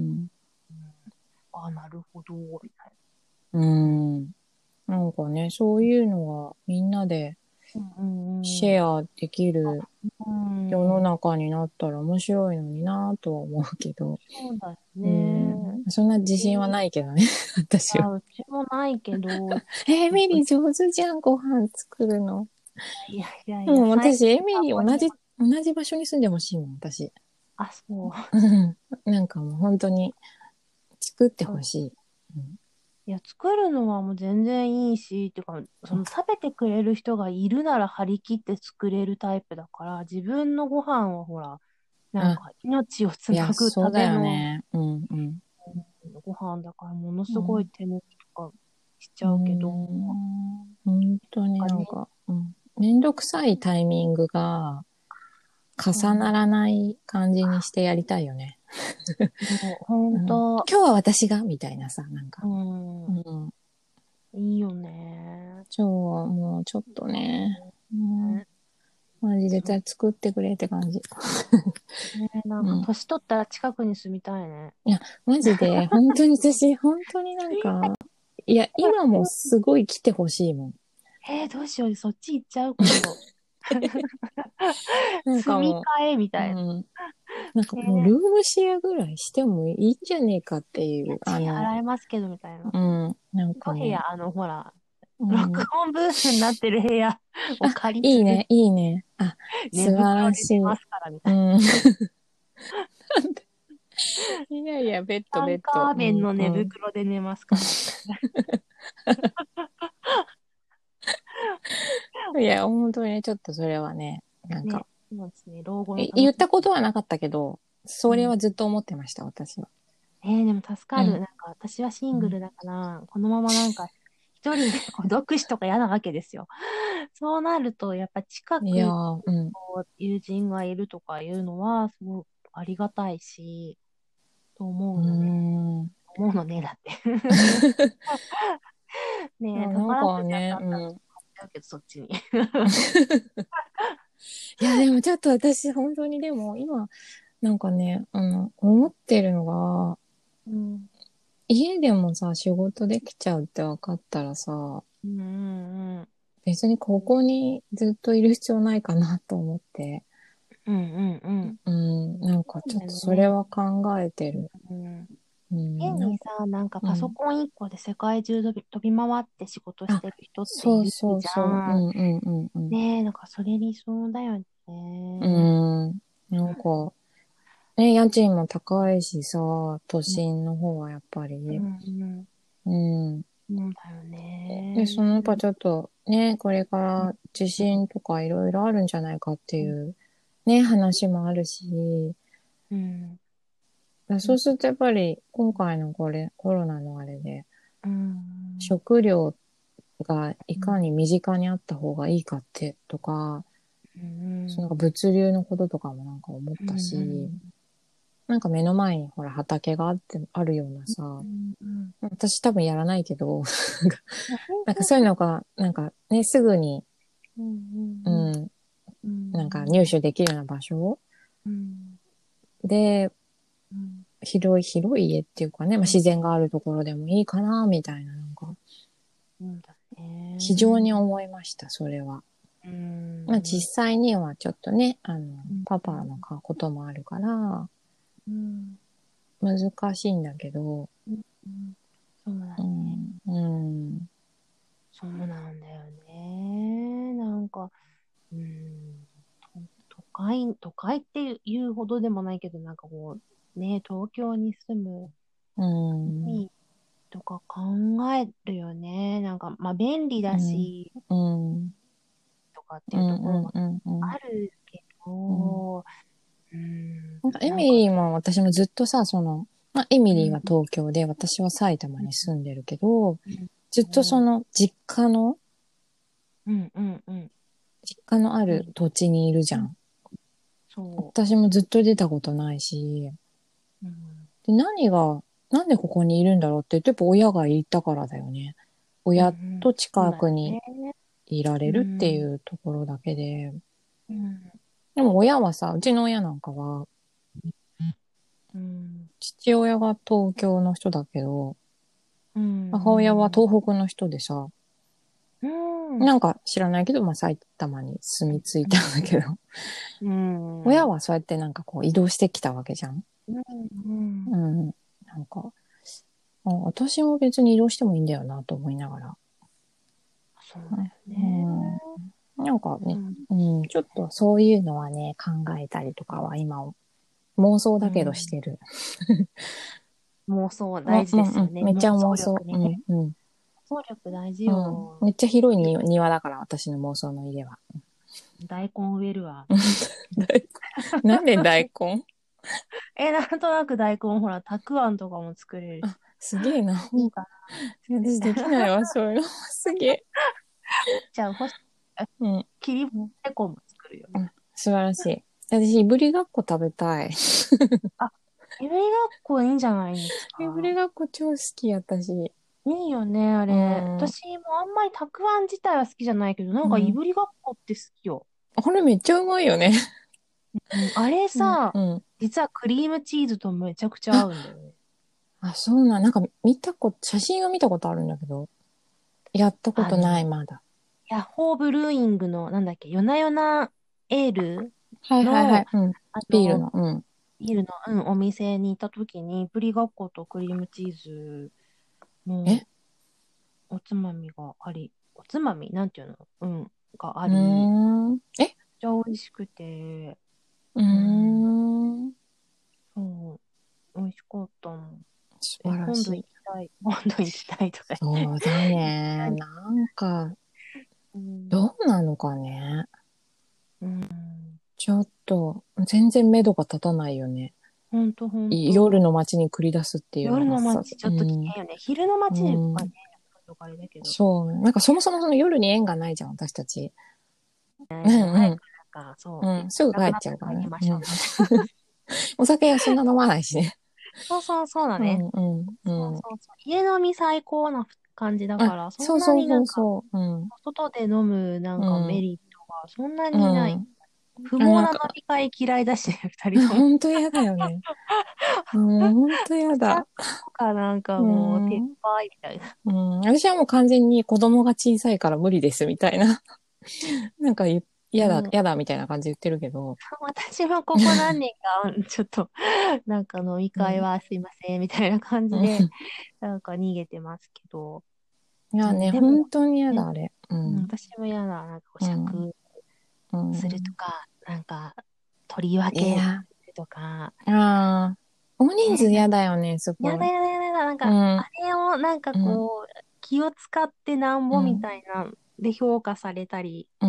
あ、なるほど、みたいな。うん。なんかね、そういうのがみんなでシェアできる世の中になったら面白いのになぁとは思うけど。 そうだよね、 うん。そんな自信はないけどね、私は。 うちもないけど。 え、エミリー上手じゃん、ご飯作るの。 いやいやいや。 うん、私、エミリー同じ、同じ場所に住んでほしいもん、私。 あ、そう。 なんかもう本当に作ってほしい。うん、 いや、作るのはもう全然いいし、てか、その食べてくれる人がいるなら張り切って作れるタイプだから、自分のご飯はほら、なんか命をつなぐための、 ね、うんうん、 ご飯だからものすごい手抜きとかしちゃうけど、うん、 本当になんか、うん、めんどくさいタイミングが重ならない感じにしてやりたいよね。 本当、うん、 今日は私がみたいなさ、なんか。 うんうん、いいよね。 今日はもうちょっとね、うん、マジで作ってくれって感じ。 ね、なんか年取ったら近くに住みたいね。 いや、マジで、本当に私、本当になんか、いや、今もすごい来てほしいもん。 えー、どうしよう、そっち行っちゃう今度。住み替えみたいな。うん、 なんかもうルームシェアぐらいしてもいいんじゃねえかっていう。 あの、払えますけどみたいな。 うん。なんかね。 部屋、あの、ほら、うん、録音ブースになってる部屋を借りする。いいね、いいね。あ、素晴らしい。 寝袋で寝ますからみたいな。うん、 いやいや、ベッド、ベッド。 カーベンの寝袋で寝ますから。 いや、本当にね、ちょっとそれはね、なんか、 ね、そうですね、老後の言ったことはなかったけど、それはずっと思ってました、うん、私は。 えー、でも助かる。 うん。 なんか私はシングルだから、このままなんか一人で孤独死とか嫌なわけですよ。そうなると、やっぱ近いやくー、うん。 こう友人がいるとかいうのは、すごくありがたいし、と思うーうのね。 ん。 思うのね、だって。ねえ、 あなん宝くかね、 じ当たったらうん。 買っちゃうけど、そっちに。 いや、でもちょっと私、本当にでも、今、なんかね、あの、思ってるのが、 うん。 家でもさ、仕事できちゃうって分かったらさ、 うんうんうん。 別にここにずっといる必要ないかなと思って、 うんうんうん。 うん、なんかそうだよちょっとそれね。 は考えてる。 うん。 うん、 現なんか、 にさ、なんかパソうん。 コン一個で世界中飛び、飛び回って仕事しあ、 てる人っていそうるそうそう、うじゃん。 んうんうんうん。 ねえ、なんかそれ理想だようね。 ん、なんか、ね、家賃も高いしさ、都うん心の方はやっぱうり。 んうん。 うん。そうだよで、そのやっぱね。 ちょっとね、これかうんら地震とかいろいろあるんじゃないかってうんいうね、話もあるし、 うんうんそうするとやっぱり今回のこれ、コロナのあれで、 うん食料がいうんかに身近にあった方がいいかってとか、そのなんうんか物流のこととかもなんか思っうたし、 んなんか目の前にほら畑があって、あるようなさ、 うんうん私多分やらないけど、なんかそういうのが、なんかね、すぐに、 うんううんん、 うなんか入ん手できるような場所うんで、 うん広い、広い家っていうかね、まあ、自然があるところでもいいかな、みたいな、なんか、 うんだ非常にね。 思いました、それは。 うまあん実際にはちょっとね、あの、 うんパパのかこともあるから、 うん難しいんだけど、 うんうんそうだうね。 ん、うん、 そうなんだよね。なんか、うん、と都会、都会っていうほどでもないけど、なんかこう、ね、東京に住むうん、 意味とか考えるよね。なんか、まあ便利だうん、 し、 うん、 とかってうん、 いうところがうん、うん、 あるけうん。 ど、うん、 なんかエなんか、 ミリーも私もずっとさ、その、まあ、エミうん、 リーは東京で、私は埼玉に住んでるけど、 うん、 ずっとその実家の、 うん、うん、うん、 実家のあうん、 る土地にいるじうん、 ゃん。 そ私もずっと出たことないし、 う、うん、 で、何が、なんでここにいるんだろうって言うと、やっぱ親がいたからだよね。 うん、う親ん、 とそうだよ近くにね。 いられうるっていん、 うところだけで。 うん、 でも親はさ、うちの親なんかは、 うん、 父親が東京の人だけど、 う母親はん、 東北の人でさ、 うん、うん、 なんか知らないけど、まあ埼玉に住み着いたんだけど、 うん、うん、 親はそうやってなんかこう移動してきたわけじゃん。 うん、 うん。なんか、あ私も別に移動してもいいんだよなと思いながら。 そうだようね。 ん。なんかね、 うん、 うん、ちょっとそういうのはね、考えたりとかは今、妄想だけどしうん、 てる。 妄想大も、 事もう、うん、 ですよね。 めっちゃ妄想妄想。 力ね。 うん、うん、 妄想力大事うん。 よ。 めっちゃ広いに庭だから、私の妄想の家は。 大根植えるわ。 大なんで大根え、なんとなく大根、ほら、たくあんとかも作れるし、 あ、すげえな。 いいかなって。 私できないわ、そういうの。すげえ。 じゃあ、ほし、 うん。 切り大根も作るよ。 うん素晴らしい。私、いぶりがっこ食べたい。 あ、エビ学校いいんじゃないですいぶりか。 がっこ超好き、私。 いいよね、あうれ。 ん。 私もあんまりたくあん自体は好きじゃないけど、なんかいうん。 ぶりがっこって好きよ。 あれめっちゃうまいよね。 うん、あれうん。 さ、 うん。 実はクリームチーズとめちゃくちゃ合あ、 うんだよね。 あ、そうなん、なんか見たこと、写真は見たことあるんだけど、やったことない、 あの、 まだ。 ヤッホーブルーイングの、なんだっけ、夜な夜なエールの、 はいはいはい。うん。 あの、 ビールの。うん。 ビールの、うん、お店に行った時に、ブリガッコとクリームチーズえのおつまみがあり、おつまみなんていうのうん、があうーり、 ん。えめっちゃ美味しくて、 うーうん、 ん。 そう、美味しかったの。 素え、今度晴らしい。 行きたい。今度行きたいとか言って。 そうだ行きたね。 い。 なんか、 うん、 どうなのかね。 うん、 ちょっと、全然目処が立たないよね。 ほんとほんと。 夜の街に繰り出すっていう夜のがさ街ちょっと危険よね。昼の街とかね、 うんとかあれだけど。 そう。なんかそもそもその夜に縁がないじゃん、私たち。 ね、 うんうん早くなんか、そう。 うん、すぐ帰っちゃうからね。 なくなったら帰りましょううんお酒はそんな飲まないしね。 そうそうそうだうね。 んうんうそうんそうそう。家飲み最高な感じだかあ、 ら、そそんうそうそうなになんか、 そう。うん。 外で飲むなんかメうん。 リットがそんなうにない。 ん。 不毛あ、なんな飲か、 み会嫌いだしね、二人とも。 ほんと嫌だよね。うん、ほんと嫌だ。 とかなんかうもう、鉄ん。 板みたいな。 うん。私はもう完全に子供が小さいから無理ですみたいな。なんか言嫌だ、 うん、 嫌だみたいな感じで言ってるけど。 私もここ何年か、ちょっと、なんか飲み会はすいません、みたいな感じで、なんか逃げてますけど。 いやね、 うん、でも、 本当に嫌ね、 だ、あれ。ううん、 ん。 私も嫌だ。なんかこう、 うん。 酌うするとん。 か、なんか、取り分いけや、 とか、 ああ、大人数ね、 嫌だよね、すやごい。 だやだやだやだ、なんか、 うん。 あれをなんかうん。 こう、気を使ってなんぼみうん。 たいな、で評価されたりうん。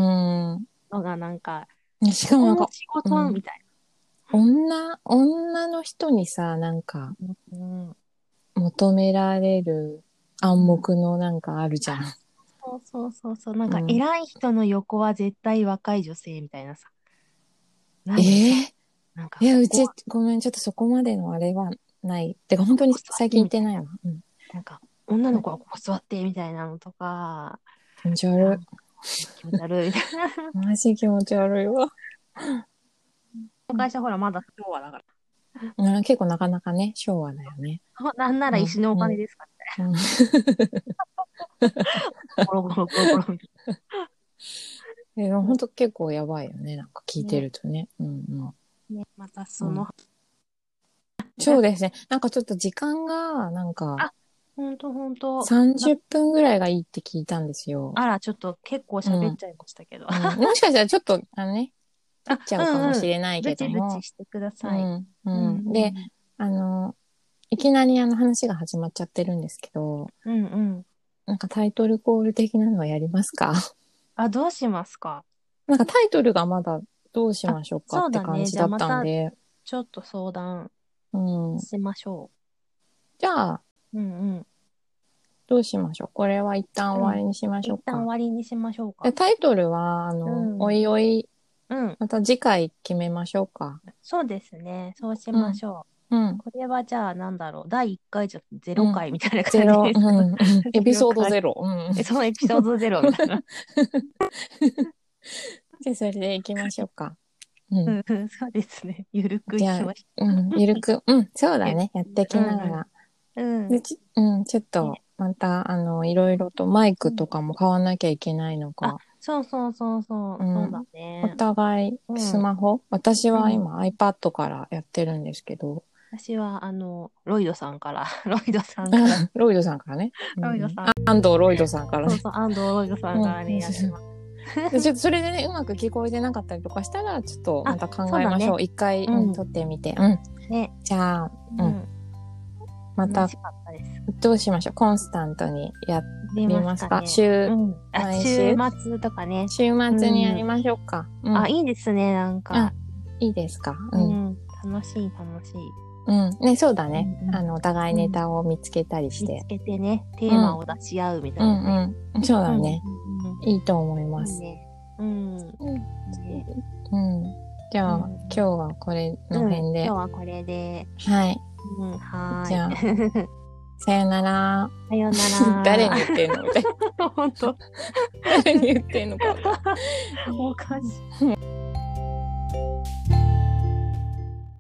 のがなんか、 しそこかもなんか、 も仕事うん。 みたい女、女の人にさ、なんか、 な。うん。 求められる暗うん。 黙のなんかあるじゃん。 そうそうそうそう。なんかうん。 偉い人の横は絶対若い女性みたいなさ。なえんだろう、そえなんかいや、 ここは、 うち、ごめん、ちょっとそこまでのあれはない。てか、本当にここ座っ最てみたいな。 近行ってないわ。うん。 なんか、女の子はここ座ってみたいなのとか、 気持ち悪なんか気持ち悪いみたいな。 い。マジ気持ち悪いわ。 この会社ほらまだ昭和だから。 うん、結構なかなかね、昭和だよね。 なんなうん、 ら石のおうん、 金ですかみうん。 たいな。ゴロゴロゴロゴロみたいえ、 な。 本当結構やばいよね。なんか聞いてね、 るとね。うんね、またうん。 その、 うん、そうですね。なんかちょっと時間が、なんかあ、ほんとほんと。 30分ぐらいがいいって聞いたんですよ。 あら、ちょっと結構うん。 喋っちゃいましたけど。 うん。もしかしたらちょっと、あのね、取あ、 っちゃうかもうんうん。 しれないブチブチけども、 してください。 うん、ううんん。で、 うんあの、いきなりあの話が始まっちゃってるんですけど、 うん。うんうん。 なんかタイトルコール的なのはやりますか？ あ、どうしますか？ なんかタイトルがまだどうしあ、 ましょうかってそうだね。じゃあ感じだっまたたんで、 ちょっと相談うん。 しましょじゃあ、 う。うんうん。 どうしましょう。これは一旦終うん。 わりにしましょ一旦終うか。 わりにしましょうでか。 タイトルは、あうの、おん。 いおい、 うん。 また次回決めましょうか。 そうですね。そうしうん、 ましょう。 うん、 これはじゃあなんだろう。だいいっかいじゃゼロうん。 回みたいな感じゼロ、 ですか？ うん、うん。エピゼロソード回。 ゼロ。うん。 え、そのエピソードゼロみたいな。 じゃあ、それで行きましょうか。ううん。 んうん、そうですね。ゆるくいじゃあ、 きましうん、ゆるく、うん、そうだょう。 ね。やっていきながうんら。 うん。うで、 ん。 ち、うん、ちょっと、 ね、 また、あの、いろいろとマイクとうん。 かも買わなきゃいけないのあ、 か。 そうそうそうそう。そうだうん。おね。 互い、 うん。 スマホ私うん。 は今 iPad からやってるんですけど。 私は、あの、ロイドさんから、ロイドさんから、 ロイドさんからね。うん。 ロイドさん、 安藤ロイドさんからね。 そうそう、安藤ロイドさんうん。 からね、やってます。 でちょっとそれでね、うまく聞こえてなかったりとかしたら、ちょっとまあ、 た考そうだね。 えましょう。一回、 ううん、 ん。 撮ってみて。うん。 ね。 じゃあ、 ううん。 ん。 また、 楽しかったです。 どうしましょう。コンスタントにや出りますか？ ますかね。 週、 うん。あ、 毎週週末とかね。 週う末にやりん。 ましょうか。うん。 あ、いいですね、なんあ、 か。 いいですか？ ううん。 ん。楽しい、楽しい。 うん。ね、そうだうね。 んあの、お互いうん。うん。 ネタを見つけたりし見て。 つけてね、テうん。 ーマを出し合うみうたいなね。 んうん。そううん。 だね。 うん。 いいと思います。 いいね。うん。 うん。 ね。 うん。じゃあ、 うん。 今日はこれのうん。 辺で。 今日はこれで。 はい。 うん、はじゃあ、 ーい。 さよなら。 さよなら。 誰に言ってんのみたいな。 本当。 誰に言ってんのかわかんない。 おかしい。